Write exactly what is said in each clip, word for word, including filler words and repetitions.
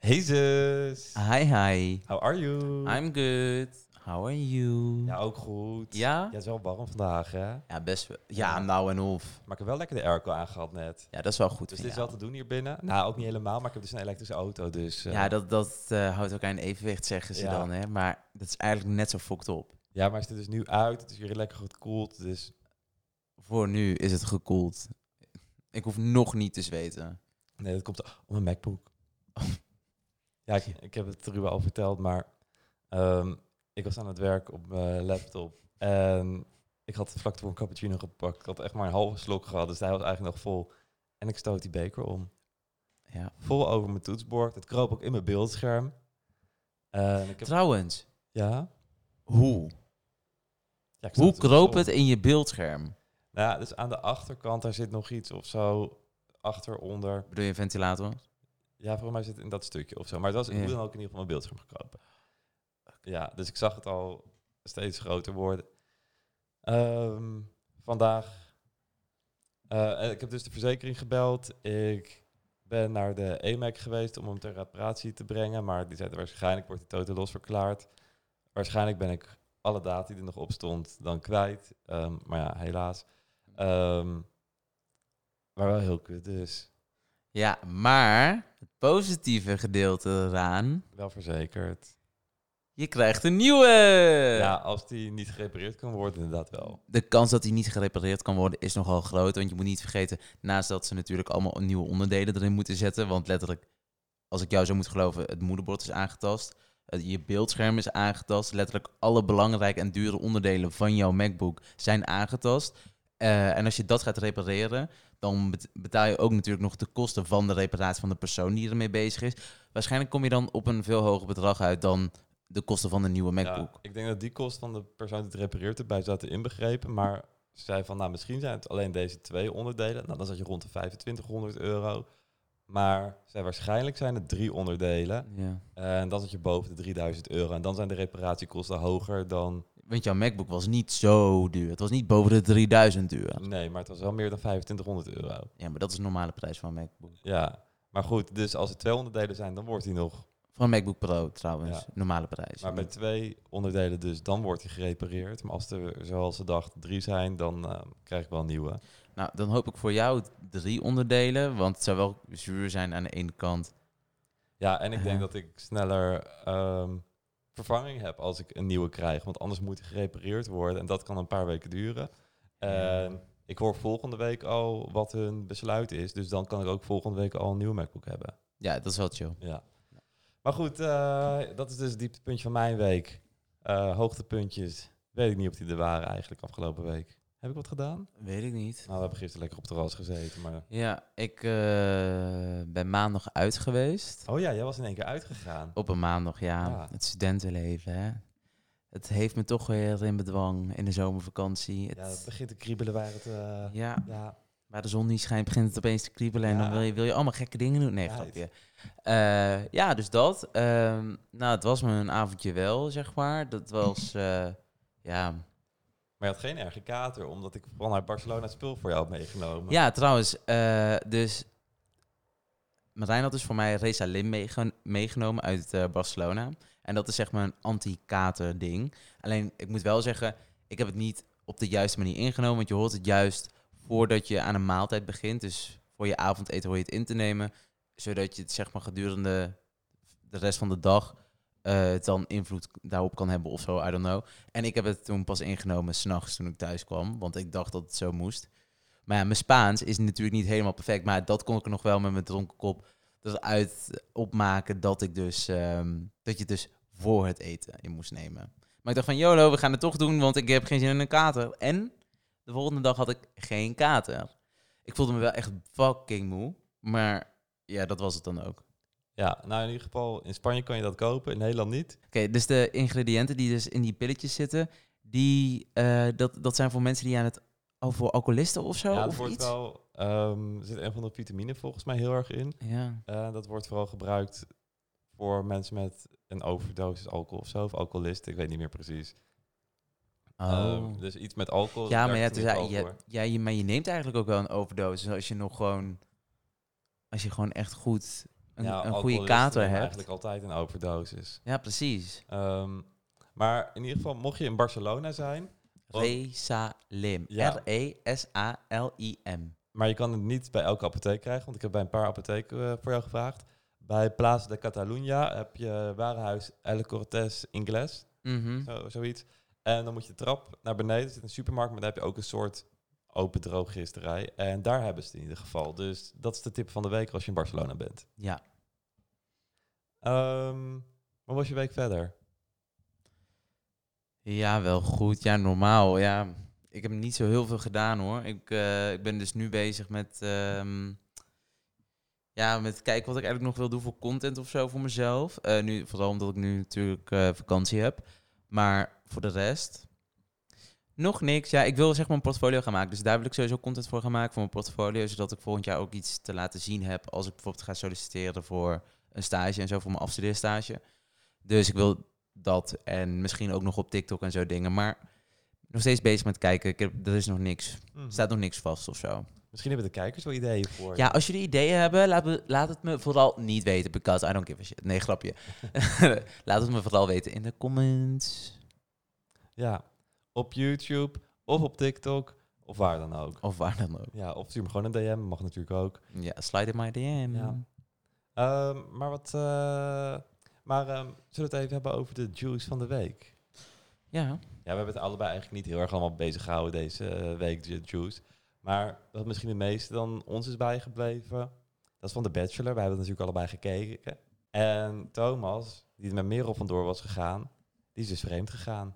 Hey zus. Hi, hi. How are you? I'm good. How are you? Ja, ook goed. Ja? Ja, het is wel warm vandaag, hè? Ja, best wel. Ja, Ja. nou en of. Maar ik heb wel lekker de airco aangehad net. Ja, dat is wel goed Dus van dit is jou. wel te doen hier binnen. Nou, ook niet helemaal, maar ik heb dus een elektrische auto, dus... uh, Ja, dat, dat uh, houdt elkaar in evenwicht, zeggen ze Ja. dan, hè. Maar dat is eigenlijk net zo fucked op. Ja, maar het is dus nu uit. Het is weer lekker goed koeld, dus... Voor nu is het gekoeld. Ik hoef nog niet te zweten. Nee, dat komt om mijn MacBook. Ja, ik, ik heb het er u al verteld, maar... Um, ik was aan het werk op mijn laptop. En ik had vlak voor een cappuccino gepakt. Ik had echt maar een halve slok gehad, dus hij was eigenlijk nog vol. En ik stoot die beker om. Ja. Vol over mijn toetsenbord. Het kroop ook in mijn beeldscherm. En ik heb... Trouwens, Ja? hoe? Ja, ik Hoe stoot kroop om. het in je beeldscherm? Nou ja, dus aan de achterkant, daar zit nog iets of zo. Achter, onder. Bedoel je een ventilator? Ja, volgens mij zit het in dat stukje of zo. Maar het was Ja. hoe dan ook in ieder geval mijn beeldscherm gekropen. Ja, dus ik zag het al steeds groter worden. Um, vandaag... Uh, ik heb dus de verzekering gebeld. Ik ben naar de E M A C geweest om hem ter reparatie te brengen. Maar die zeiden waarschijnlijk wordt hij totaal los verklaard. Waarschijnlijk ben ik alle data die er nog op stond dan kwijt. Um, maar ja, helaas. Um, maar wel heel kut dus. Ja, maar het positieve gedeelte eraan... Wel verzekerd. Je krijgt een nieuwe! Ja, als die niet gerepareerd kan worden, inderdaad wel. De kans dat die niet gerepareerd kan worden is nogal groot. Want je moet niet vergeten, naast dat ze natuurlijk allemaal nieuwe onderdelen erin moeten zetten. Want letterlijk, als ik jou zou moeten geloven, het moederbord is aangetast. Je beeldscherm is aangetast. Letterlijk alle belangrijke en dure onderdelen van jouw MacBook zijn aangetast. Uh, en als je dat gaat repareren, dan betaal je ook natuurlijk nog de kosten van de reparatie van de persoon die ermee bezig is. Waarschijnlijk kom je dan op een veel hoger bedrag uit dan de kosten van de nieuwe MacBook. Ja, ik denk dat die kosten van de persoon die het repareert erbij zaten inbegrepen. Maar ze zei van, nou misschien zijn het alleen deze twee onderdelen. Nou, dan zat je rond de vijfentwintighonderd euro. Maar zij waarschijnlijk zijn het drie onderdelen. Ja. En dan zat je boven de drieduizend euro. En dan zijn de reparatiekosten hoger dan... Want jouw MacBook was niet zo duur. Het was niet boven de drieduizend duur. Nee, maar het was wel meer dan vijfentwintighonderd euro. Ja, maar dat is de normale prijs van een MacBook. Ja, maar goed, dus als er twee onderdelen zijn, dan wordt hij nog... Van een MacBook Pro trouwens, Ja. normale prijs. Maar bij twee onderdelen dus, dan wordt hij gerepareerd. Maar als er, zoals ze dacht, drie zijn, dan uh, krijg ik wel een nieuwe. Nou, dan hoop ik voor jou drie onderdelen. Want het zou wel zuur zijn aan de ene kant. Ja, en ik Uh. denk dat ik sneller um, vervanging heb als ik een nieuwe krijg. Want anders moet hij gerepareerd worden. En dat kan een paar weken duren. En uh, ik hoor volgende week al wat hun besluit is. Dus dan kan ik ook volgende week al een nieuwe MacBook hebben. Ja, dat is wel chill. Ja. Maar goed, uh, dat is dus het dieptepuntje van mijn week. Uh, hoogtepuntjes, weet ik niet of die er waren eigenlijk afgelopen week. Heb ik wat gedaan? Weet ik niet. Nou, we hebben gisteren lekker op het terras gezeten, maar... Ja, ik uh, ben maandag uit geweest. Oh ja, jij was in één keer uitgegaan. Op een maandag, ja. ja. Het studentenleven, hè. Het heeft me toch weer in bedwang in de zomervakantie. Het... Ja, het begint te kriebelen waar het... Uh, ja. ja. Waar de zon niet schijnt, begint het opeens te kriebelen. En ja. dan wil je, wil je allemaal gekke dingen doen. Nee, ja, grapje. Uh, ja, dus dat. Uh, nou, het was me een avondje wel, zeg maar. Dat was, uh, ja... Maar je had geen erge kater, omdat ik vanuit Barcelona het spul voor jou had meegenomen. Ja, trouwens, uh, dus... Marijn had dus voor mij Resalin meegen- meegenomen uit uh, Barcelona. En dat is zeg maar een anti-kater ding. Alleen, ik moet wel zeggen, ik heb het niet op de juiste manier ingenomen. Want je hoort het juist voordat je aan een maaltijd begint. Dus voor je avondeten hoor je het in te nemen. Zodat je het zeg maar gedurende de rest van de dag uh, het dan invloed daarop kan hebben of zo, I don't know. En ik heb het toen pas ingenomen 's nachts toen ik thuis kwam. Want ik dacht dat het zo moest. Maar ja, mijn Spaans is natuurlijk niet helemaal perfect. Maar dat kon ik er nog wel met mijn dronken kop eruit opmaken dat ik dus um, dat je dus voor het eten in moest nemen. Maar ik dacht van, YOLO, we gaan het toch doen, want ik heb geen zin in een kater. En de volgende dag had ik geen kater. Ik voelde me wel echt fucking moe. Maar ja, dat was het dan ook. Ja, nou in ieder geval, in Spanje kan je dat kopen, in Nederland niet. Oké, okay, dus de ingrediënten die dus in die pilletjes zitten, die, uh, dat, dat zijn voor mensen die aan het... Oh, voor alcoholisten of zo? Ja, of wordt iets? wel, um, er zit een van de vitamine volgens mij heel erg in. Ja. Uh, dat wordt vooral gebruikt voor mensen met een overdosis alcohol of zo, of alcoholisten, ik weet niet meer precies. Oh. Um, dus iets met alcohol. Ja, maar, ja, het is, ja, ja, ja, je, maar je neemt eigenlijk ook wel een overdosis als je nog gewoon... Als je gewoon echt goed een, ja, een goede alcoholisten kater nemen hebt. eigenlijk altijd een overdosis. Ja, precies. Um, maar in ieder geval, mocht je in Barcelona zijn... Resalim. Ja. R E S A L I M. Maar je kan het niet bij elke apotheek krijgen, want ik heb bij een paar apotheken uh, voor jou gevraagd. Bij Plaza de Catalunya heb je warenhuis El Cortés Inglés, Mm-hmm. zo, zoiets. En dan moet je de trap naar beneden, er zit een supermarkt, maar daar heb je ook een soort open drooggisterij. En daar hebben ze het in ieder geval. Dus dat is de tip van de week als je in Barcelona bent. Ja. Um, hoe was je week verder? Ja, wel goed. Ja, normaal. Ja, ik heb niet zo heel veel gedaan hoor. Ik, uh, ik ben dus nu bezig met, um, ja, met kijken wat ik eigenlijk nog wil doen voor content of zo voor mezelf. Uh, nu, vooral omdat ik nu natuurlijk uh, vakantie heb. Maar voor de rest, nog niks. Ja, ik wil zeg maar een portfolio gaan maken. Dus daar wil ik sowieso content voor gaan maken voor mijn portfolio. Zodat ik volgend jaar ook iets te laten zien heb als ik bijvoorbeeld ga solliciteren voor een stage en zo, voor mijn afstudeerstage. Dus ik wil dat en misschien ook nog op TikTok en zo dingen. Maar nog steeds bezig met kijken. Ik heb, er is nog niks. Mm-hmm. staat nog niks vast of zo. Misschien hebben de kijkers wel ideeën voor. Ja, als jullie ideeën hebben, laat, me, laat het me vooral niet weten. Because I don't give a shit. Nee, grapje. Laat het me vooral weten in de comments. Ja, op YouTube of op TikTok of waar dan ook. Of waar dan ook. Ja, of stuur me gewoon een D M. Mag natuurlijk ook. Ja, slide in my D M. Ja. Um, maar wat... Uh, maar um, zullen we het even hebben over de juice van de week? Ja. Ja, we hebben het allebei eigenlijk niet heel erg allemaal bezig gehouden deze uh, week, de juice. Maar wat misschien het meeste dan ons is bijgebleven, dat is van The Bachelor. Wij hebben het natuurlijk allebei gekeken. En Thomas, die er met Merel vandoor was gegaan, die is dus vreemd gegaan.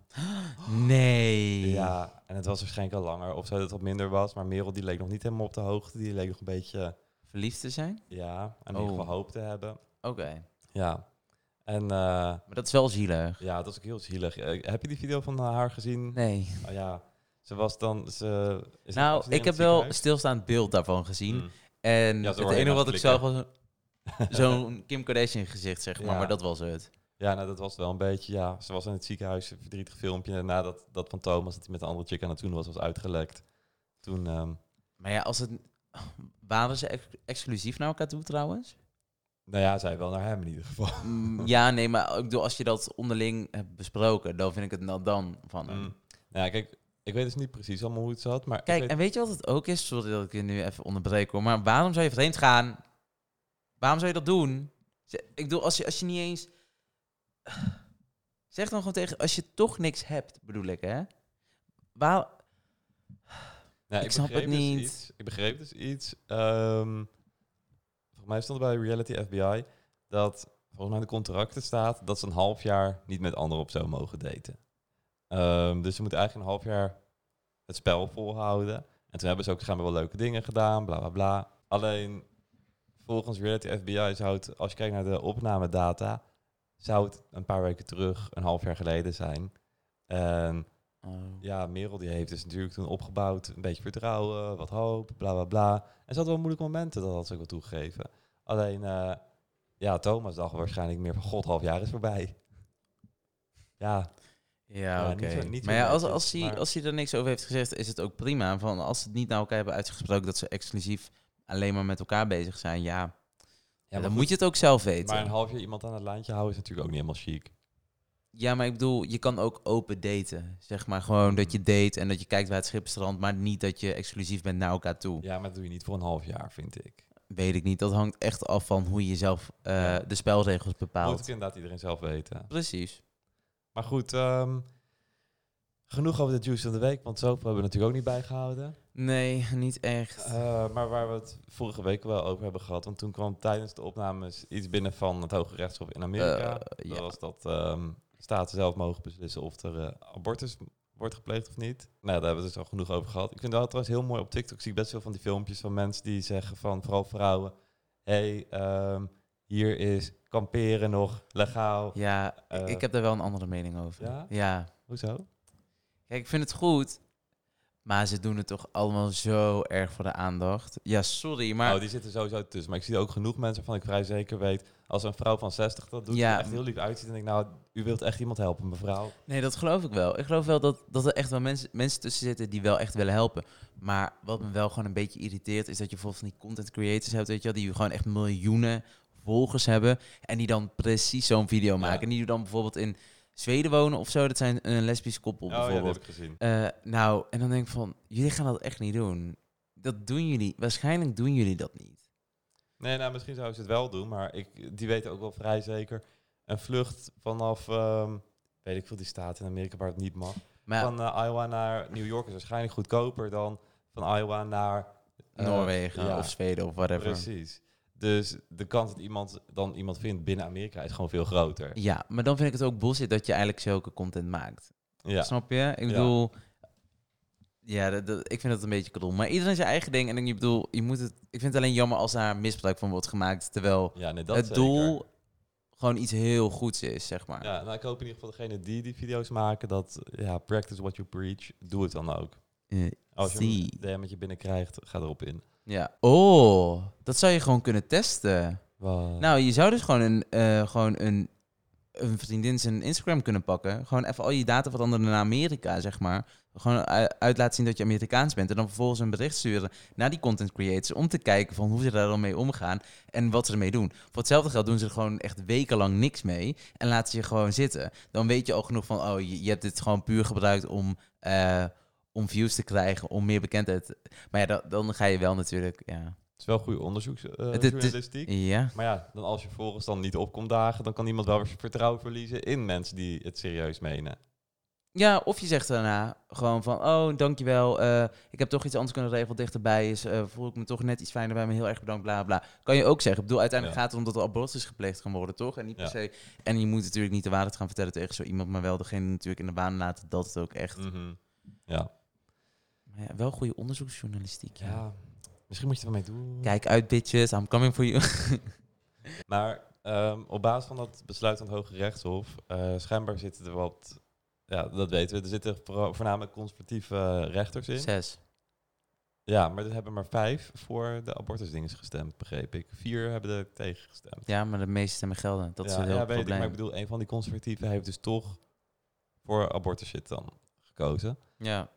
Nee. Ja, en het was waarschijnlijk al langer of zo dat het wat minder was. Maar Merel die leek nog niet helemaal op de hoogte. Die leek nog een beetje... Verliefd te zijn? Ja, en in Oh. ieder geval hoop te hebben. Oké. Okay. Ja. En, uh, maar dat is wel zielig. Ja, dat was ook heel zielig. Uh, heb je die video van haar gezien? Nee. Oh, ja, ze was dan... Ze, is nou, ik heb wel stilstaand beeld daarvan gezien. Mm. En ja, het enige wat ik zag was een, zo'n Kim Kardashian gezicht, zeg maar. Ja. Maar dat was het. Ja, nou, dat was wel een beetje... Ja, ze was in het ziekenhuis, een verdrietig filmpje. En nadat dat van Thomas, dat hij met een andere chick aan het doen was, was uitgelekt. Toen... Um, maar ja, als het... Waren ze ex- exclusief naar elkaar toe trouwens? Nou ja, zij wel naar hem in ieder geval. Mm, ja, nee, maar ik bedoel, als je dat onderling hebt besproken, dan vind ik het nou dan van hem. Mm. Nou ja, kijk, ik weet dus niet precies allemaal hoe het zat, maar... Kijk, weet... en weet je wat het ook is? Sorry dat ik je nu even onderbreek hoor, maar waarom zou je vreemd gaan? Waarom zou je dat doen? Ik bedoel, als je, als je niet eens... Zeg dan gewoon tegen... Als je toch niks hebt, bedoel ik, hè? Waar... Nou, ik, ik snap het dus niet. Iets, ik begreep dus iets... Um, volgens mij stond er bij Reality F B I dat volgens mij in de contracten staat dat ze een half jaar niet met anderen op zo mogen daten. Um, dus ze moeten eigenlijk een half jaar het spel volhouden. En toen hebben ze ook schijnbaar wel leuke dingen gedaan, bla bla bla. Alleen volgens Reality F B I zou het, als je kijkt naar de opnamedata, zou het een paar weken terug, een half jaar geleden zijn. En oh. ja, Merel die heeft dus natuurlijk toen opgebouwd, een beetje vertrouwen, wat hoop, bla bla bla. En ze had wel moeilijke momenten, dat had ze ook wel toegegeven. Alleen, uh, ja, Thomas dacht waarschijnlijk meer van, god, half jaar is voorbij. Ja. Ja, ja oké. Okay. Maar ja, als, als, hij, maar... als hij er niks over heeft gezegd, is het ook prima. Van als ze het niet naar elkaar hebben uitgesproken, dat ze exclusief alleen maar met elkaar bezig zijn, ja. Ja, dan goed, moet je het ook zelf weten. Maar een half jaar iemand aan het lijntje houden is natuurlijk ook niet helemaal chic. Ja, maar ik bedoel, je kan ook open daten. Zeg maar gewoon dat je date en dat je kijkt bij het schip strandt, maar niet dat je exclusief bent naar elkaar toe. Ja, maar dat doe je niet voor een half jaar, vind ik. Weet ik niet. Dat hangt echt af van hoe je zelf uh, ja. de spelregels bepaalt. Moet het inderdaad iedereen zelf weten. Precies. Maar goed, um, genoeg over de juice van de week, want zoveel hebben we natuurlijk ook niet bijgehouden. Nee, niet echt. Uh, maar waar we het vorige week wel over hebben gehad, want toen kwam tijdens de opnames iets binnen van het Hoge Rechtshof in Amerika. Uh, dat ja. was dat um, staten zelf mogen beslissen of er uh, abortus wordt gepleegd of niet. Nou, daar hebben we dus al genoeg over gehad. Ik vind het trouwens heel mooi op TikTok. Zie ik best veel van die filmpjes van mensen die zeggen van, vooral vrouwen, hé, hey, um, hier is kamperen nog legaal. Ja, uh, ik heb daar wel een andere mening over. Ja? Ja. Hoezo? Kijk, ik vind het goed, maar ze doen het toch allemaal zo erg voor de aandacht. Ja, sorry, maar... Oh, die zitten sowieso tussen. Maar ik zie ook genoeg mensen waarvan ik vrij zeker weet, als een vrouw van zestig dat doet, ja. die echt heel lief uitziet, en denk ik, nou, u wilt echt iemand helpen, mevrouw. Nee, dat geloof ik wel. Ik geloof wel dat, dat er echt wel mensen, mensen tussen zitten die wel echt willen helpen. Maar wat me wel gewoon een beetje irriteert, is dat je bijvoorbeeld van die content creators hebt, weet je wel, die gewoon echt miljoenen volgers hebben en die dan precies zo'n video maken. Ja. En die dan bijvoorbeeld in Zweden wonen of zo. Dat zijn een lesbisch koppel Oh ja, dat bijvoorbeeld. heb ik gezien. Uh, nou, en dan denk ik van, jullie gaan dat echt niet doen. Dat doen jullie, waarschijnlijk doen jullie dat niet. Nee, nou, misschien zouden ze het wel doen, maar ik, die weten ook wel vrij zeker. Een vlucht vanaf, um, weet ik veel, die staat in Amerika waar het niet mag. Maar van uh, Iowa naar New York is waarschijnlijk goedkoper dan van Iowa naar uh, Noorwegen ja, of Zweden of whatever. Precies. Dus de kans dat iemand dan iemand vindt binnen Amerika is gewoon veel groter. Ja, maar dan vind ik het ook bullshit dat je eigenlijk zulke content maakt. Ja. Snap je? Ik bedoel, ja, ja dat, dat, ik vind dat een beetje krom. Maar iedereen zijn eigen ding. En ik bedoel, je moet het. Ik vind het alleen jammer als daar misbruik van wordt gemaakt, terwijl ja, nee, dat het zeker. doel gewoon iets heel goeds is, zeg maar. Ja, nou, ik hoop in ieder geval degene die die video's maken dat ja, practice what you preach, doe het dan ook. Uh, als je een D M'tje binnenkrijgt, ga erop in. Ja. Oh, dat zou je gewoon kunnen testen. Wow. Nou, je zou dus gewoon een, uh, gewoon een, een vriendin zijn Instagram kunnen pakken. Gewoon even al je data veranderen naar Amerika, zeg maar. Gewoon uit laten zien dat je Amerikaans bent. En dan vervolgens een bericht sturen naar die content creators om te kijken van hoe ze daar dan mee omgaan en wat ze ermee doen. Voor hetzelfde geld doen ze er gewoon echt wekenlang niks mee en laten ze je gewoon zitten. Dan weet je al genoeg van, oh, je, je hebt dit gewoon puur gebruikt om... Uh, om views te krijgen, om meer bekendheid. Maar ja, dan, dan ga je wel natuurlijk, ja... Het is wel goede onderzoeksjournalistiek. Uh, ja. Maar ja, dan als je volgens dan niet opkomt dagen, dan kan iemand wel weer vertrouwen verliezen in mensen die het serieus menen. Ja, of je zegt daarna gewoon van, oh, dankjewel, uh, ik heb toch iets anders kunnen regelen, dichterbij is, uh, voel ik me toch net iets fijner bij me, heel erg bedankt, bla bla. Kan je ook zeggen. Ik bedoel, uiteindelijk ja. gaat het om dat er abortus gepleegd kan worden, toch? En niet per ja. se. En je moet natuurlijk niet de waarheid gaan vertellen tegen zo iemand, maar wel degene natuurlijk in de baan laten dat het ook echt... Mm-hmm. Ja. Ja, wel goede onderzoeksjournalistiek. Ja. ja, misschien moet je er wel mee doen. Kijk uit, bitches. I'm coming for you. Maar um, op basis van dat besluit van het Hoge Rechtshof... Uh, schijnbaar zitten er wat... Ja, dat weten we. Er zitten vo- voornamelijk conservatieve uh, rechters in. Zes. Ja, maar er hebben maar vijf voor de abortusdingen gestemd, begreep ik. Vier hebben er tegen gestemd. Ja, maar de meeste stemmen gelden. Dat ja, is een heel ja, probleem. weet ik, maar ik bedoel, een van die conservatieven heeft dus toch voor abortus shit dan gekozen. Ja.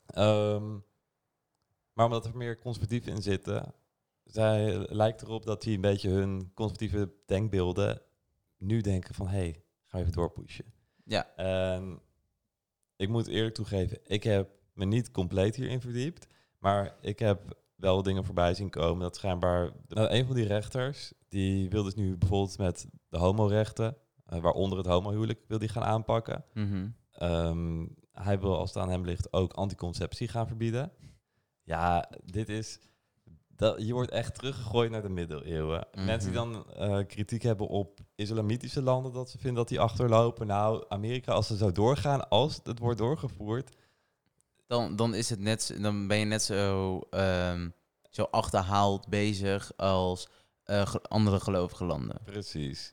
Um, maar omdat er meer conservatieven in zitten, zij lijkt erop dat die een beetje hun conservatieve denkbeelden nu denken van, hé, hey, ga even doorpushen. Ja. En ik moet eerlijk toegeven, ik heb me niet compleet hierin verdiept, maar ik heb wel dingen voorbij zien komen dat schijnbaar... Nou, een van die rechters, die wil dus nu bijvoorbeeld met de homorechten, uh, waaronder het homohuwelijk, wil die gaan aanpakken. Mm-hmm. Um, hij wil, als het aan hem ligt, ook anticonceptie gaan verbieden. Ja, dit is... Dat, je wordt echt teruggegooid naar de middeleeuwen. Mm-hmm. Mensen die dan uh, kritiek hebben op islamitische landen, dat ze vinden dat die achterlopen. Nou, Amerika, als ze zo doorgaan, als het wordt doorgevoerd... Dan, dan, is het net, dan ben je net zo, um, zo achterhaald bezig als uh, ge- andere gelovige landen. Precies.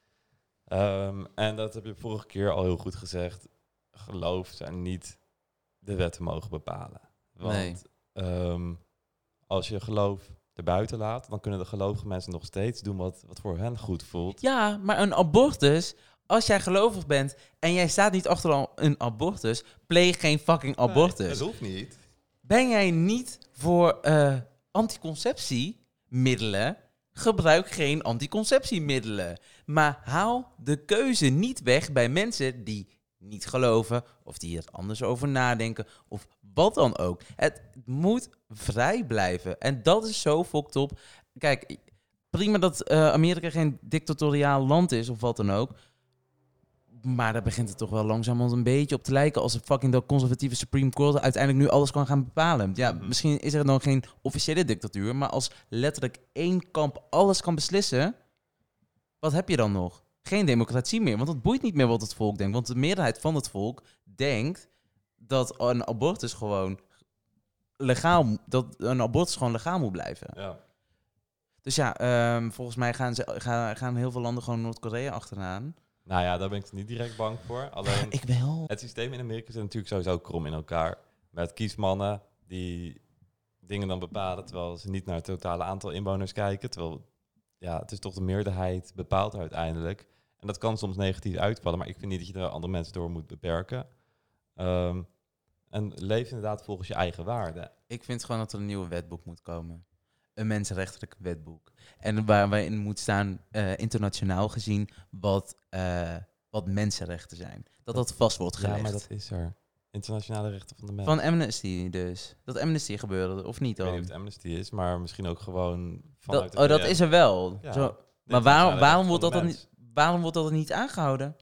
Um, en dat heb je vorige keer al heel goed gezegd. Geloof zijn niet de wetten mogen bepalen. Want nee. um, als je geloof erbuiten laat, dan kunnen de gelovige mensen nog steeds doen wat, wat voor hen goed voelt. Ja, maar een abortus, als jij gelovig bent en jij staat niet achter een abortus, pleeg geen fucking abortus. Nee, dat hoeft niet. Ben jij niet voor uh, anticonceptiemiddelen? Gebruik geen anticonceptiemiddelen. Maar haal de keuze niet weg bij mensen die niet geloven of die er anders over nadenken of wat dan ook. Het moet vrij blijven. En dat is zo fucked op. Kijk, prima dat uh, Amerika geen dictatoriaal land is of wat dan ook. Maar daar begint het toch wel langzamerhand een beetje op te lijken als een fucking de conservatieve Supreme Court uiteindelijk nu alles kan gaan bepalen. Ja, mm-hmm. Misschien is er dan geen officiële dictatuur, maar als letterlijk één kamp alles kan beslissen, wat heb je dan nog? Geen democratie meer, want het boeit niet meer wat het volk denkt. Want de meerderheid van het volk denkt dat een abortus gewoon legaal, dat een abortus gewoon legaal moet blijven. Ja. Dus ja, um, volgens mij gaan, ze, gaan, gaan heel veel landen gewoon Noord-Korea achteraan. Nou ja, daar ben ik niet direct bang voor. Alleen, ik wel. Het systeem in Amerika zit natuurlijk sowieso krom in elkaar. Met kiesmannen die dingen dan bepalen, terwijl ze niet naar het totale aantal inwoners kijken. Terwijl, ja, het is toch de meerderheid bepaalt uiteindelijk. En dat kan soms negatief uitvallen, maar ik vind niet dat je er andere mensen door moet beperken. Um, en leef inderdaad volgens je eigen waarden. Ik vind gewoon dat er een nieuw wetboek moet komen. een mensenrechtelijk wetboek. En waar- waarin moet staan, uh, internationaal gezien, wat, uh, wat mensenrechten zijn. Dat dat vast wordt gelegd. Ja, maar dat is er. Internationale rechten van de mens. Van Amnesty dus. Dat Amnesty gebeurde, of niet dan? Ik weet niet of het Amnesty is, maar misschien ook gewoon vanuit dat, Oh, dat is er wel. Ja, Zo, maar waarom, waarom, wordt dat dan niet, waarom wordt dat dan niet aangehouden?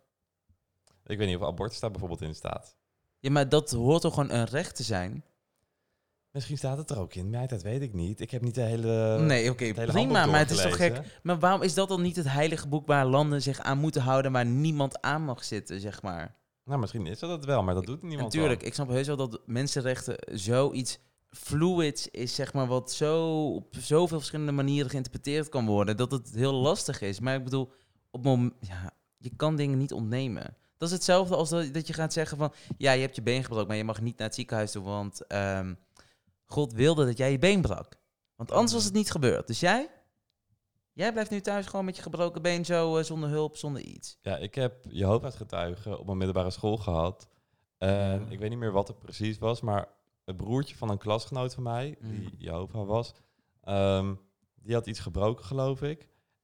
Ik weet niet of abortus daar bijvoorbeeld in staat. Ja, maar dat hoort toch gewoon een recht te zijn? Misschien staat het er ook in. Nee, dat weet ik niet. Ik heb niet de hele. Nee, oké, okay, prima, maar het is toch gek. Maar waarom is dat dan niet het heilige boek waar landen zich aan moeten houden, waar niemand aan mag zitten, zeg maar? Nou, misschien is dat het wel, maar dat doet niemand. Natuurlijk, ik snap heus wel dat mensenrechten zoiets fluids is, zeg maar, wat zo op zoveel verschillende manieren geïnterpreteerd kan worden, dat het heel lastig is. Maar ik bedoel, op moment, ja, je kan dingen niet ontnemen. Dat is hetzelfde als dat, dat je gaat zeggen van, ja, je hebt je been gebroken, maar je mag niet naar het ziekenhuis toe, want um, God wilde dat jij je been brak. Want anders was het niet gebeurd. Dus jij? Jij blijft nu thuis gewoon met je gebroken been zo, uh, zonder hulp, zonder iets. Ja, ik heb Jehovah's-getuigen op mijn middelbare school gehad. En ik weet niet meer wat het precies was, maar het broertje van een klasgenoot van mij, mm. die Jehovah was, um, die had iets gebroken, geloof ik.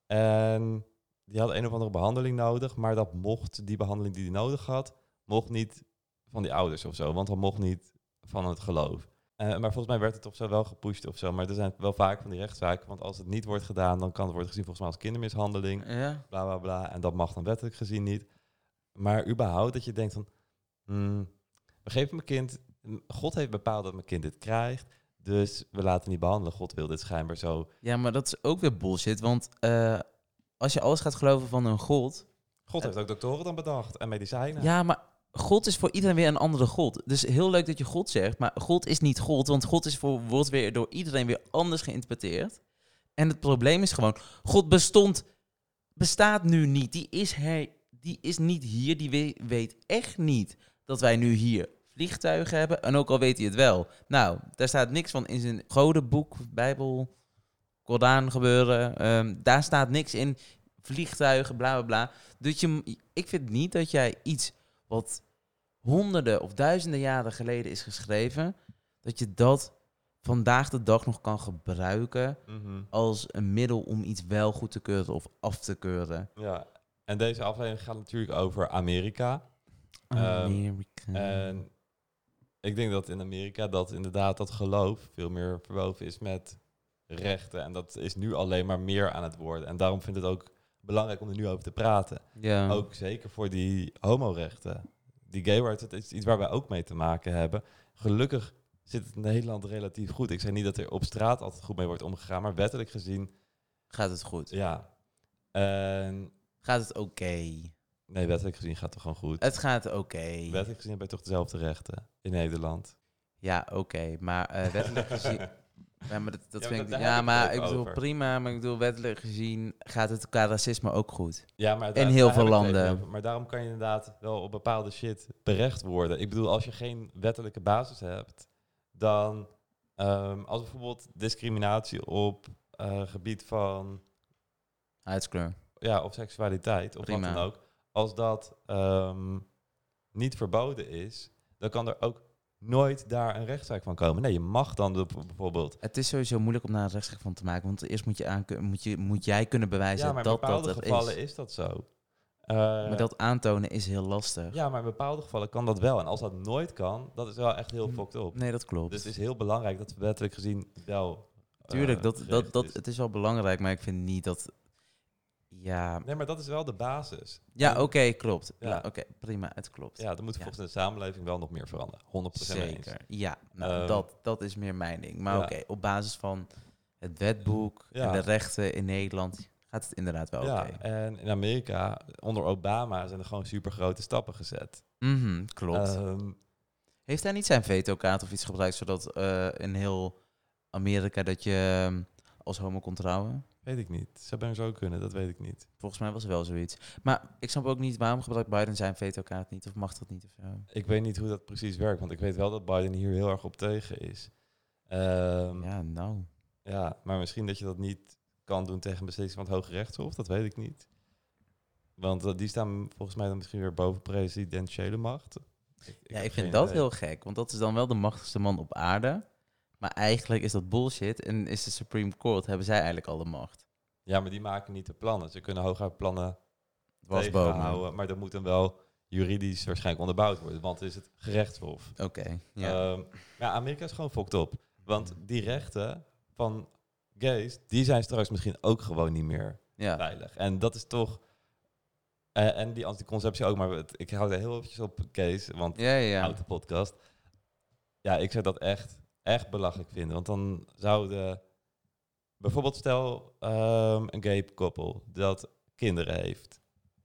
En die had een of andere behandeling nodig, maar dat mocht, die behandeling die hij nodig had, mocht niet van die ouders of zo, want dat mocht niet van het geloof. Uh, maar volgens mij werd het of zo wel gepusht of zo. Maar er zijn wel vaak van die rechtszaken. Want als het niet wordt gedaan, dan kan het worden gezien volgens mij als kindermishandeling. Ja. Bla, bla, bla. En dat mag dan wettelijk gezien niet. Maar überhaupt dat je denkt van, hmm, we geven mijn kind, God heeft bepaald dat mijn kind dit krijgt. Dus we laten niet behandelen. God wil dit schijnbaar zo. Ja, maar dat is ook weer bullshit. Want uh, als je alles gaat geloven van een God... God heeft uh, ook doktoren dan bedacht en medicijnen. Ja, maar... God is voor iedereen weer een andere God. Dus heel leuk dat je God zegt, maar God is niet God, want God is voor, wordt weer door iedereen weer anders geïnterpreteerd. En het probleem is gewoon, God bestond, bestaat nu niet. Die is, her, die is niet hier, die weet, weet echt niet dat wij nu hier vliegtuigen hebben. En ook al weet hij het wel. Nou, daar staat niks van in zijn godenboek, Bijbel, Koran gebeuren. Um, daar staat niks in, vliegtuigen, bla bla bla. Dus je, ik vind niet dat jij iets wat honderden of duizenden jaren geleden is geschreven, dat je dat vandaag de dag nog kan gebruiken mm-hmm. als een middel om iets wel goed te keuren of af te keuren. Ja, en deze aflevering gaat natuurlijk over Amerika. Amerika. Um, en ik denk dat in Amerika dat inderdaad dat geloof veel meer verwoven is met rechten. En dat is nu alleen maar meer aan het worden. En daarom vind ik het ook belangrijk om er nu over te praten. Ja. Ook zeker voor die homorechten. Die gay rights, het is iets waar wij ook mee te maken hebben. Gelukkig zit het in Nederland relatief goed. Ik zeg niet dat er op straat altijd goed mee wordt omgegaan, maar wettelijk gezien... Gaat het goed? Ja. En gaat het oké? Okay? Nee, wettelijk gezien gaat het gewoon goed. Het gaat oké. Okay. Wettelijk gezien heb je toch dezelfde rechten in Nederland? Ja, oké. Okay, maar uh, wettelijk gezien... Ja, maar dat, dat ja, vind ik... Dat ja, ik maar ik bedoel, over. prima. Maar ik bedoel, wettelijk gezien gaat het qua racisme ook goed. Ja, maar in heel veel landen. Maar daarom kan je inderdaad wel op bepaalde shit berecht worden. Ik bedoel, als je geen wettelijke basis hebt, dan... Um, als bijvoorbeeld discriminatie op uh, gebied van... Huidskleur. Ja, of seksualiteit, of prima. Wat dan ook. Als dat um, niet verboden is, dan kan er ook nooit daar een rechtszaak van komen. Nee, je mag dan de, bijvoorbeeld... Het is sowieso moeilijk om daar een rechtszaak van te maken. Want eerst moet, je aan, moet, je, moet jij kunnen bewijzen ja, maar dat dat dat is. in bepaalde gevallen is dat zo. Uh, maar dat aantonen is heel lastig. Ja, maar in bepaalde gevallen kan dat wel. En als dat nooit kan, dat is wel echt heel fucked up. Nee, dat klopt. Dus het is heel belangrijk dat we wettelijk gezien wel... Tuurlijk, uh, dat, dat, dat, het is wel belangrijk, maar ik vind niet dat... Ja. Nee, maar dat is wel de basis. Ja, oké, okay, klopt. Ja. Ja, oké, okay, prima, het klopt. Ja, dan moet ja. volgens de samenleving wel nog meer veranderen. honderd procent Zeker, eens. ja. Nou, um, dat, dat is meer mijn ding. Maar ja. oké, okay, op basis van het wetboek ja. en de rechten in Nederland gaat het inderdaad wel ja, oké. Okay. En in Amerika, onder Obama, zijn er gewoon super grote stappen gezet. Mm-hmm, klopt. Um, Heeft hij niet zijn veto-kaart of iets gebruikt, zodat uh, in heel Amerika dat je um, als homo kon trouwen? Weet ik niet. Zou bijna zo kunnen, dat weet ik niet. Volgens mij was er wel zoiets. Maar ik snap ook niet, waarom gebruikt Biden zijn veto-kaart niet? Of mag dat niet? Of zo? Ik weet niet hoe dat precies werkt, want ik weet wel dat Biden hier heel erg op tegen is. Um, ja, nou. Ja, maar misschien dat je dat niet kan doen tegen een beslissing van het Hoge Rechtshof, dat weet ik niet. Want uh, die staan volgens mij dan misschien weer boven presidentiële macht. Ik, ik ja, ik vind dat idee. heel gek, want dat is dan wel de machtigste man op aarde. Maar eigenlijk is dat bullshit en is de Supreme Court, hebben zij eigenlijk al de macht. Ja, maar die maken niet de plannen. Ze kunnen hooguit plannen Wasbomen. tegenhouden, maar dat moet dan wel juridisch waarschijnlijk onderbouwd worden, want het is het gerechtshof. Oké, okay, ja. Um, ja, Amerika is gewoon fucked op. Want die rechten van gays, die zijn straks misschien ook gewoon niet meer ja. veilig. En dat is toch... Uh, en die anticonceptie ook, maar het, ik hou er heel eventjes op Kees, want ja, ja. oude podcast. Ja, ik zou dat echt, echt belachelijk vinden. Want dan zouden... Bijvoorbeeld stel um, een gay koppel dat kinderen heeft.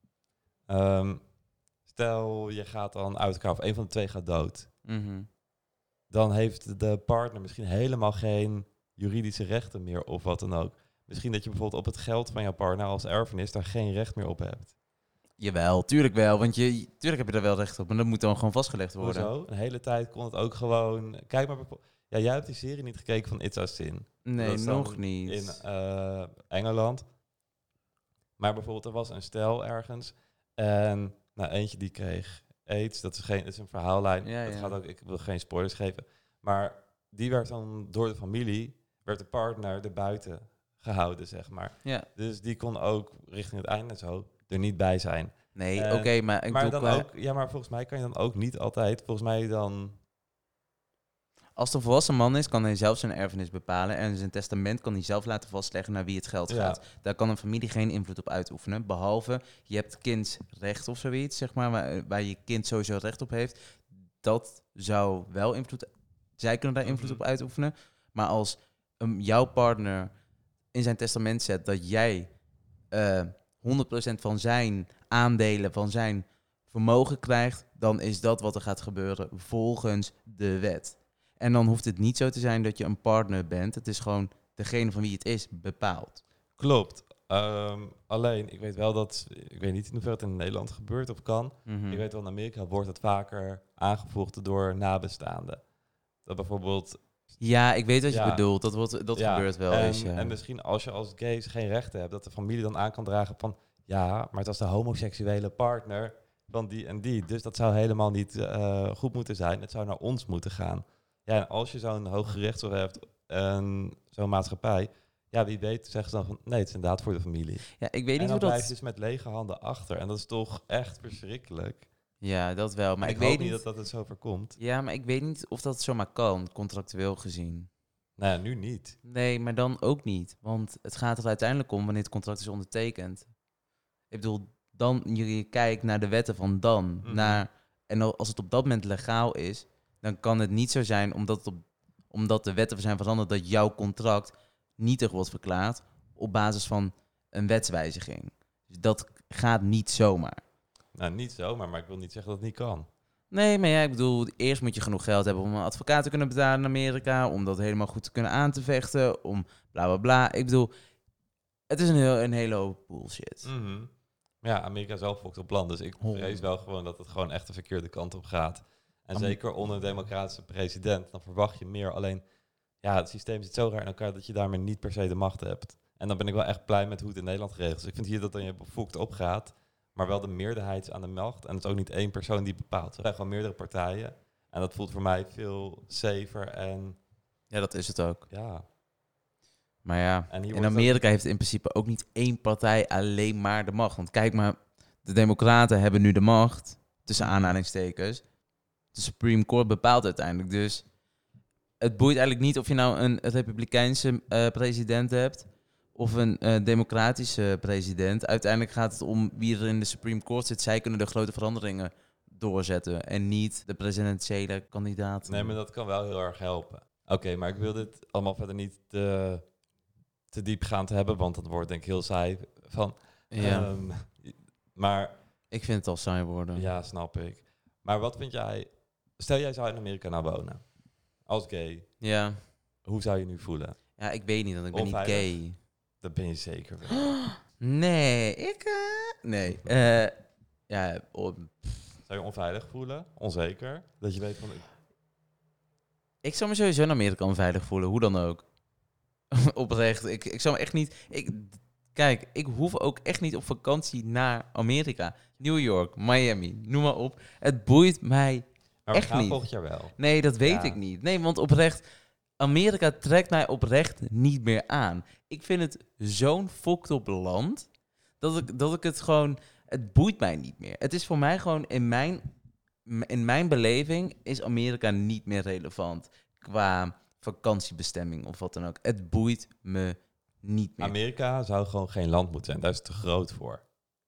Um, stel je gaat dan uit elkaar of een van de twee gaat dood. Mm-hmm. Dan heeft de partner misschien helemaal geen juridische rechten meer of wat dan ook. Misschien dat je bijvoorbeeld op het geld van jouw partner als erfenis daar geen recht meer op hebt. Jawel, tuurlijk wel, want je, tuurlijk heb je er wel recht op, maar dat moet dan gewoon vastgelegd worden. Hoezo? Een hele tijd kon het ook gewoon... Kijk maar, ja, jij hebt die serie niet gekeken van It's Our Sin. Nee, nog niet. In uh, Engeland. Maar bijvoorbeeld, er was een stel ergens en nou, eentje die kreeg AIDS. Dat is, geen, dat is een verhaallijn. Ja, dat ja. gaat ook, ik wil geen spoilers geven. Maar die werd dan door de familie, werd de partner erbuiten gehouden, zeg maar. Ja. Dus die kon ook richting het einde zo er niet bij zijn. Nee, uh, oké, okay, maar ik maar bedoel... dan Qua... ook, ja, maar volgens mij kan je dan ook niet altijd, volgens mij dan... Als het een volwassen man is, kan hij zelf zijn erfenis bepalen en zijn testament kan hij zelf laten vastleggen naar wie het geld gaat. Ja. Daar kan een familie geen invloed op uitoefenen, behalve je hebt kindsrecht of zoiets, zeg maar, waar, waar je kind sowieso recht op heeft. Dat zou wel invloed... Zij kunnen daar invloed mm-hmm. op uitoefenen, maar als um, jouw partner in zijn testament zet dat jij uh, honderd procent van zijn aandelen, van zijn vermogen krijgt, dan is dat wat er gaat gebeuren volgens de wet. En dan hoeft het niet zo te zijn dat je een partner bent. Het is gewoon degene van wie het is bepaald. Klopt. Um, alleen, ik weet wel dat... Ik weet niet in hoeverre het in Nederland gebeurt of kan. Mm-hmm. Ik weet wel, in Amerika wordt het vaker aangevoegd door nabestaanden. Dat bijvoorbeeld... Ja, ik weet wat je ja, bedoelt. Dat, wordt, dat ja, gebeurt wel en, eens, ja. En misschien als je als gays geen rechten hebt, dat de familie dan aan kan dragen van... Ja, maar het was de homoseksuele partner van die en die. Dus dat zou helemaal niet uh, goed moeten zijn. Het zou naar ons moeten gaan. Ja, en als je zo'n hoog gerechtshof hebt en zo'n maatschappij... Ja, wie weet zeggen ze dan van... Nee, het is inderdaad voor de familie. Ja, ik weet niet en dan hoe blijf dat... je dus met lege handen achter. En dat is toch echt verschrikkelijk. Ja, dat wel. Maar ik, ik weet weet niet niet dat dat het zo voorkomt. Ja, maar ik weet niet of dat zomaar kan, contractueel gezien. Nou ja, nu niet. Nee, maar dan ook niet. Want het gaat er uiteindelijk om wanneer het contract is ondertekend. Ik bedoel, dan je kijkt naar de wetten van dan. Mm-hmm. Naar, en als het op dat moment legaal is, dan kan het niet zo zijn, omdat, het op, omdat de wetten zijn veranderd, dat jouw contract nietig wordt verklaard op basis van een wetswijziging. Dus dat gaat niet zomaar. Nou, niet zomaar, maar ik wil niet zeggen dat het niet kan. Nee, maar ja, ik bedoel, eerst moet je genoeg geld hebben om een advocaat te kunnen betalen in Amerika, om dat helemaal goed te kunnen aan te vechten, om bla bla bla. Ik bedoel, het is een, heel, een hele hoop bullshit. Mm-hmm. Ja, Amerika zelf fokt op land, dus ik vrees wel gewoon dat het gewoon echt de verkeerde kant op gaat. En Am- zeker onder een democratische president, dan verwacht je meer. Alleen, ja, het systeem zit zo raar in elkaar dat je daarmee niet per se de macht hebt. En dan ben ik wel echt blij met hoe het in Nederland geregeld is. Ik vind hier dat dan je bevoegd opgaat, maar wel de meerderheid is aan de macht. En het is ook niet één persoon die bepaalt. Er zijn gewoon meerdere partijen. En dat voelt voor mij veel safer en... Ja, dat is het ook. Ja. Maar ja, in Amerika ook... heeft in principe ook niet één partij alleen maar de macht. Want kijk maar, de Democraten hebben nu de macht, tussen aanhalingstekens. De Supreme Court bepaalt uiteindelijk. Dus het boeit eigenlijk niet of je nou een Republikeinse uh, president hebt of een uh, democratische president. Uiteindelijk gaat het om wie er in de Supreme Court zit. Zij kunnen de grote veranderingen doorzetten en niet de presidentiële kandidaat. Nee, maar dat kan wel heel erg helpen. Oké, okay, maar ik wil dit allemaal verder niet te, te diep gaan te hebben, want dat wordt denk ik heel saai van. Ja. Um, maar ik vind het al saai worden. Ja, snap ik. Maar wat vind jij... Stel jij zou in Amerika nou wonen, als gay. Ja. Hoe zou je nu voelen? Ja, ik weet niet, want ik ben Onveilig? niet gay. Dat ben je zeker wel. Nee, ik... Uh, nee. Uh, ja, oh, zou je onveilig voelen? Onzeker? Dat je weet van... Ik zou me sowieso in Amerika onveilig voelen, hoe dan ook. Oprecht. Ik, ik zou me echt niet... Ik, kijk, ik hoef ook echt niet op vakantie naar Amerika. New York, Miami, noem maar op. Het boeit mij maar echt we gaan niet. volgend jaar wel. Nee, dat weet ja. ik niet. Nee, want oprecht... Amerika trekt mij oprecht niet meer aan. Ik vind het zo'n fokt op land, dat ik, dat ik het gewoon... Het boeit mij niet meer. Het is voor mij gewoon in mijn, in mijn beleving is Amerika niet meer relevant qua vakantiebestemming of wat dan ook. Het boeit me niet meer. Amerika zou gewoon geen land moeten zijn. Daar is het te groot voor.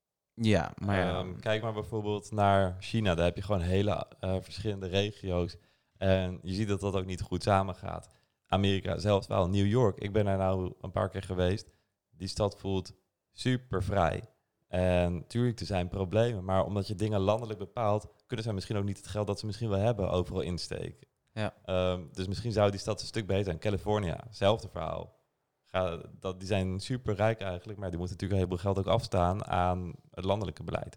Ja, maar ja. Um, kijk maar bijvoorbeeld naar China. Daar heb je gewoon hele uh, verschillende regio's. En je ziet dat dat ook niet goed samengaat. Amerika zelfs wel. New York. Ik ben daar nou een paar keer geweest. Die stad voelt super vrij. En natuurlijk, er zijn problemen. Maar omdat je dingen landelijk bepaalt, kunnen zij misschien ook niet het geld dat ze misschien wel hebben overal insteken. Ja. Um, dus misschien zou die stad een stuk beter zijn. California, hetzelfde verhaal. Ga, dat, die zijn super rijk eigenlijk, maar die moeten natuurlijk een heleboel geld ook afstaan aan het landelijke beleid.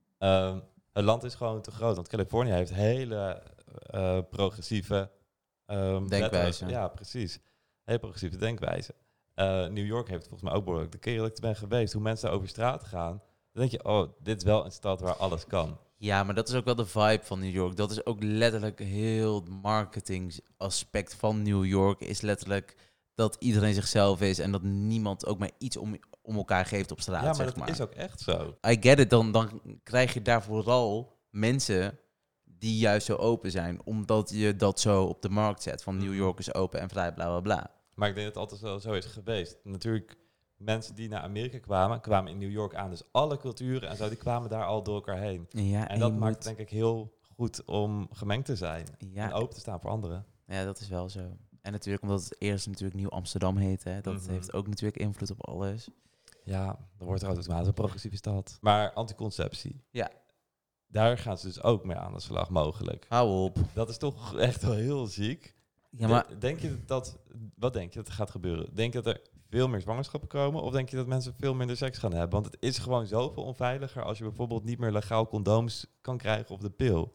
Um, het land is gewoon te groot, want Californië heeft hele uh, progressieve um, denkwijze. Wetten. Ja, precies. Hele progressieve denkwijze. Uh, New York heeft volgens mij ook behoorlijk. De keer dat ik er ben geweest, hoe mensen over straat gaan, dan denk je, oh, dit is wel een stad waar alles kan. Ja, maar dat is ook wel de vibe van New York. Dat is ook letterlijk heel het marketingaspect van New York. Is letterlijk dat iedereen zichzelf is en dat niemand ook maar iets om, om elkaar geeft op straat. Ja, maar zeg dat maar. is ook echt zo. I get it, dan, dan krijg je daar vooral mensen die juist zo open zijn. Omdat je dat zo op de markt zet. Van New York is open en vrij, bla bla bla. Maar ik denk dat het altijd wel zo is geweest. Natuurlijk, mensen die naar Amerika kwamen, kwamen in New York aan. Dus alle culturen en zo, die kwamen daar al door elkaar heen. Ja, en, en dat je maakt moet- het denk ik heel goed om gemengd te zijn. Ja, En open te staan voor anderen. ja, dat is wel zo. En natuurlijk omdat het eerst natuurlijk Nieuw Amsterdam heette. Hè, dat Mhm. heeft ook natuurlijk invloed op alles. Ja, dan wordt er automatisch een progressieve stad. Maar anticonceptie. Ja. Daar gaan ze dus ook mee aan de slag mogelijk. Hou op. Dat is toch echt wel heel ziek. Ja, maar De- denk je dat, wat denk je dat er gaat gebeuren? Denk je dat er veel meer zwangerschappen komen? Of denk je dat mensen veel minder seks gaan hebben? Want het is gewoon zoveel onveiliger als je bijvoorbeeld niet meer legaal condooms kan krijgen op de pil.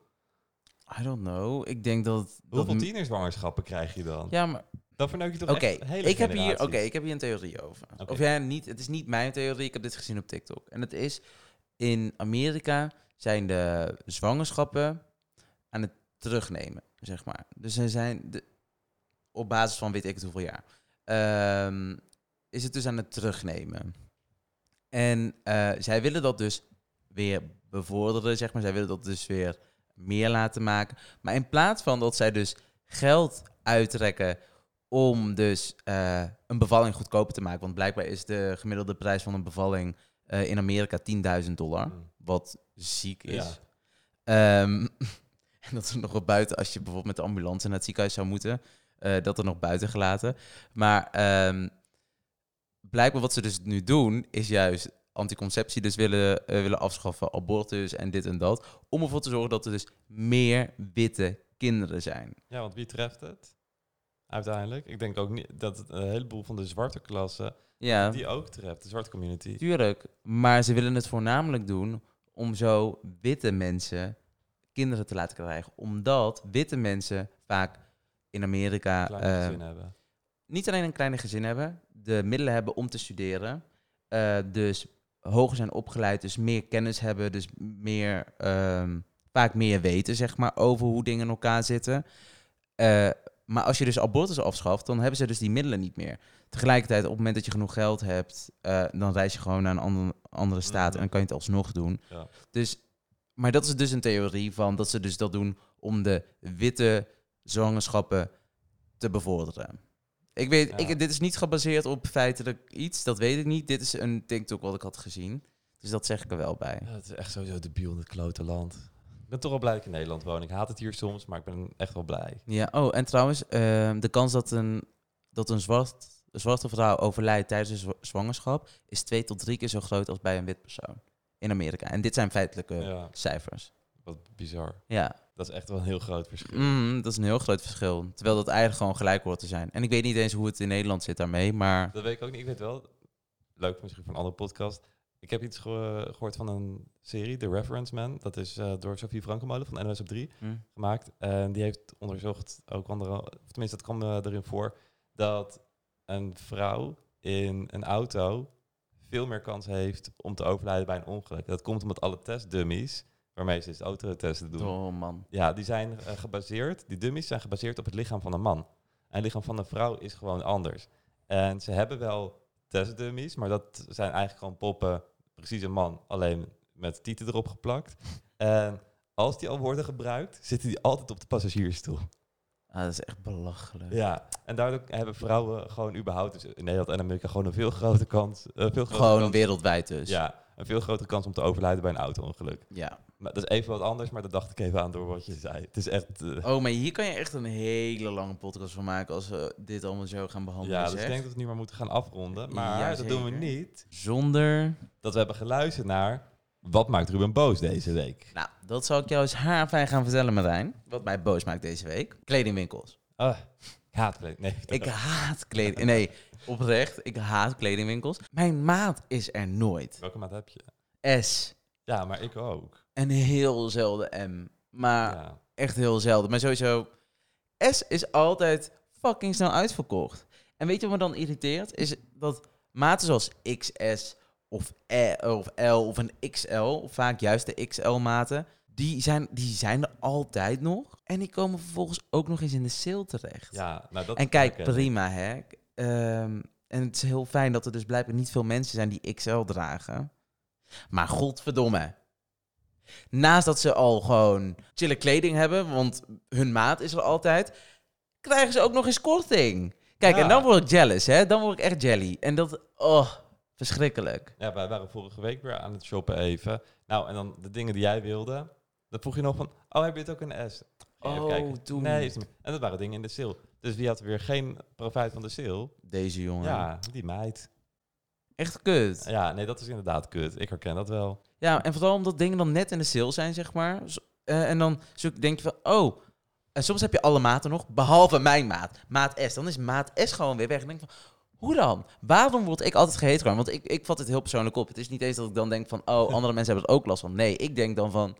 I don't know. Ik denk dat... Hoeveel dat tienerzwangerschappen krijg je dan? Ja, maar... Dan verneuk je toch Oké, echt hele ik, heb hier, generaties. oké, ik heb hier een theorie over. Oké. Of ja, niet, het is niet mijn theorie. Ik heb dit gezien op TikTok. En het is... In Amerika zijn de zwangerschappen aan het terugnemen, zeg maar. Dus ze zijn... De, op basis van weet ik het hoeveel jaar. Ehm, is het dus aan het terugnemen. En uh, zij willen dat dus weer bevorderen, zeg maar. Zij willen dat dus weer meer laten maken. Maar in plaats van dat zij dus geld uittrekken om dus uh, een bevalling goedkoper te maken. Want blijkbaar is de gemiddelde prijs van een bevalling uh, in Amerika tienduizend dollar. Mm. Wat ziek is. Ja. Um, en dat is nog wel buiten als je bijvoorbeeld met de ambulance naar het ziekenhuis zou moeten. Uh, dat er nog buiten gelaten. Maar um, blijkbaar wat ze dus nu doen, is juist anticonceptie dus willen, uh, willen afschaffen, abortus en dit en dat. Om ervoor te zorgen dat er dus meer witte kinderen zijn. Ja, want wie treft het? Uiteindelijk. Ik denk ook niet dat het een heleboel van de zwarte klasse ja, die ook treft, de zwarte community. Tuurlijk, maar ze willen het voornamelijk doen om zo witte mensen kinderen te laten krijgen. Omdat witte mensen vaak in Amerika... Kleine uh, gezin hebben. Niet alleen een kleine gezin hebben, de middelen hebben om te studeren. Uh, dus hoger zijn opgeleid, dus meer kennis hebben, dus meer, um, vaak meer weten, zeg maar, over hoe dingen in elkaar zitten. Uh, maar als je dus abortus afschaft, dan hebben ze dus die middelen niet meer. Tegelijkertijd, op het moment dat je genoeg geld hebt, uh, dan reis je gewoon naar een ander, andere staat mm-hmm. en dan kan je het alsnog doen. Ja. Dus, maar dat is dus een theorie van dat ze dus dat doen om de witte zwangerschappen te bevorderen. Ik weet, ja. ik, dit is niet gebaseerd op feitelijk iets, dat weet ik niet. Dit is een TikTok wat ik had gezien. Dus dat zeg ik er wel bij. Ja, het is echt sowieso debiel in het klote land. Ik ben toch wel blij dat ik in Nederland woon. Ik haat het hier soms, maar ik ben echt wel blij. Ja, oh, en trouwens, uh, de kans dat een, dat een, zwart, een zwarte vrouw overlijdt tijdens een zwangerschap is twee tot drie keer zo groot als bij een wit persoon in Amerika. En dit zijn feitelijke ja. cijfers. Wat bizar. Ja. Dat is echt wel een heel groot verschil. Mm, dat is een heel groot verschil. Terwijl dat eigenlijk gewoon gelijk hoort te zijn. En ik weet niet eens hoe het in Nederland zit daarmee, maar... Dat weet ik ook niet. Ik weet wel, leuk misschien voor een andere podcast. Ik heb iets ge- gehoord van een serie, The Reference Man. Dat is uh, door Sophie Frankenmolen van N O S op drie mm. gemaakt. En die heeft onderzocht, ook andere, of tenminste dat kwam uh, erin voor, dat een vrouw in een auto veel meer kans heeft om te overlijden bij een ongeluk. Dat komt omdat alle testdummies, waarmee ze dus autotesten doen. Oh man. Ja, die zijn uh, gebaseerd, die dummies zijn gebaseerd op het lichaam van een man. En het lichaam van een vrouw is gewoon anders. En ze hebben wel testdummies, maar dat zijn eigenlijk gewoon poppen, precies een man, alleen met tieten erop geplakt. En als die al worden gebruikt, zitten die altijd op de passagiersstoel. Ah, dat is echt belachelijk. Ja, en daardoor hebben vrouwen gewoon überhaupt, dus in Nederland en Amerika, gewoon een veel grotere kans. Uh, veel grotere Gewoon kans, wereldwijd dus. Ja, een veel grotere kans om te overlijden bij een auto-ongeluk. Ja. Maar dat is even wat anders, maar dat dacht ik even aan door wat je zei. Het is echt... Uh, Oh, maar hier kan je echt een hele lange podcast van maken als we dit allemaal zo gaan behandelen. ja, dus zeg. ik denk dat we nu maar moeten gaan afronden. Maar Ja, dat zeker. doen we niet. Zonder... Dat we hebben geluisterd naar... Wat maakt Ruben boos deze week? Nou, dat zal ik jou eens haarfijn gaan vertellen, Marijn. Wat mij boos maakt deze week. Kledingwinkels. Oh, ik haat kleding. Nee, Ik haat kleding... Nee, oprecht. Ik haat kledingwinkels. Mijn maat is er nooit. welke maat heb je? S. Ja, maar ik ook. En heel zelden M. Maar Ja. echt heel zelden. Maar sowieso... S is altijd fucking snel uitverkocht. En weet je wat me dan irriteert? Is dat maten zoals X S of, E, of L of een X L... of vaak juist de X L-maten... Die zijn, die zijn er altijd nog. En die komen vervolgens ook nog eens in de sale terecht. Ja, nou dat En kijk, herken ik. prima hè. Um, en het is heel fijn dat er dus blijkbaar niet veel mensen zijn die X L dragen. Maar godverdomme. Naast dat ze al gewoon chille kleding hebben, want hun maat is er altijd, krijgen ze ook nog eens korting. Kijk, Ja. en dan word ik jealous, hè. Dan word ik echt jelly. En dat, oh, verschrikkelijk. Ja, wij waren vorige week weer aan het shoppen even. Nou, en dan de dingen die jij wilde. Dan vroeg je nog van, oh, heb je het ook in de S? Ging je even Oh, kijken. toen. Nee, is niet meer. En dat waren dingen in de sale. Dus wie had weer geen profijt van de sale? Deze jongen. Ja, die meid. Echt kut. Ja, nee, dat is inderdaad kut. Ik herken dat wel. Ja, en vooral omdat dingen dan net in de sale zijn, zeg maar. Z- eh, en dan zoek, denk je van, oh... En soms heb je alle maten nog, behalve mijn maat. Maat S. Dan is maat S gewoon weer weg. En dan denk ik van, hoe dan? Waarom word ik altijd gehate? Want ik, ik vat het heel persoonlijk op. Het is niet eens dat ik dan denk van, oh, andere mensen hebben er ook last van. Nee, ik denk dan van,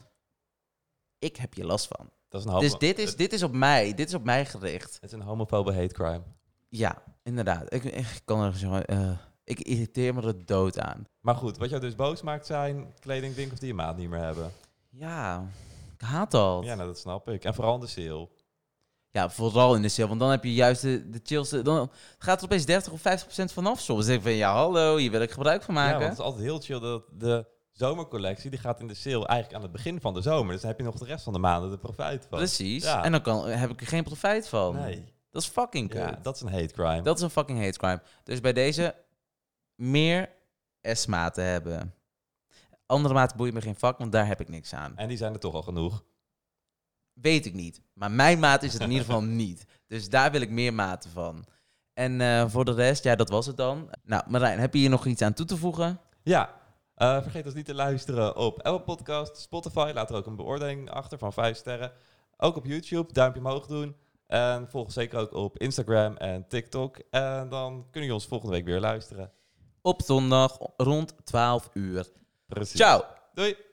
ik heb hier last van. Dat is een homo- Dus dit is, dit is op mij. Dit is op mij gericht. Het is een homofobe hate crime. Ja, inderdaad. Ik, ik kan er zo... eh, ik irriteer me er dood aan. Maar goed, wat jou dus boos maakt zijn kledingwinkels die je maat niet meer hebben. Ja, ik haat dat. Ja, nou, dat snap ik. En vooral in de sale. Ja, vooral in de sale, want dan heb je juist de, de chillste... Dan gaat er opeens dertig of vijftig procent vanaf soms. Dan denk ik van, ja, hallo, hier wil ik gebruik van Ja, maken. want het is altijd heel chill dat de zomercollectie, die gaat in de sale eigenlijk aan het begin van de zomer. Dus dan heb je nog de rest van de maanden de profijt van. Precies. Ja. En dan kan, heb ik er geen profijt van. Nee. Dat is fucking kut. Ja, dat is een hate crime. Dat is een fucking hate crime. Dus bij deze meer S-maten hebben. Andere maten boeien me geen vak, want daar heb ik niks aan. En die zijn er toch al genoeg. Weet ik niet. Maar mijn maat is het in ieder geval niet. Dus daar wil ik meer maten van. En uh, voor de rest, ja, dat was het dan. Nou, Marijn, heb je hier nog iets aan toe te voegen? Ja, uh, vergeet ons niet te luisteren op Apple Podcast, Spotify. Laat er ook een beoordeling achter van vijf sterren. Ook op YouTube, duimpje omhoog doen. En volg ons zeker ook op Instagram en TikTok. En dan kunnen jullie ons volgende week weer luisteren. Op zondag rond twaalf uur. Precies. Ciao! Doei!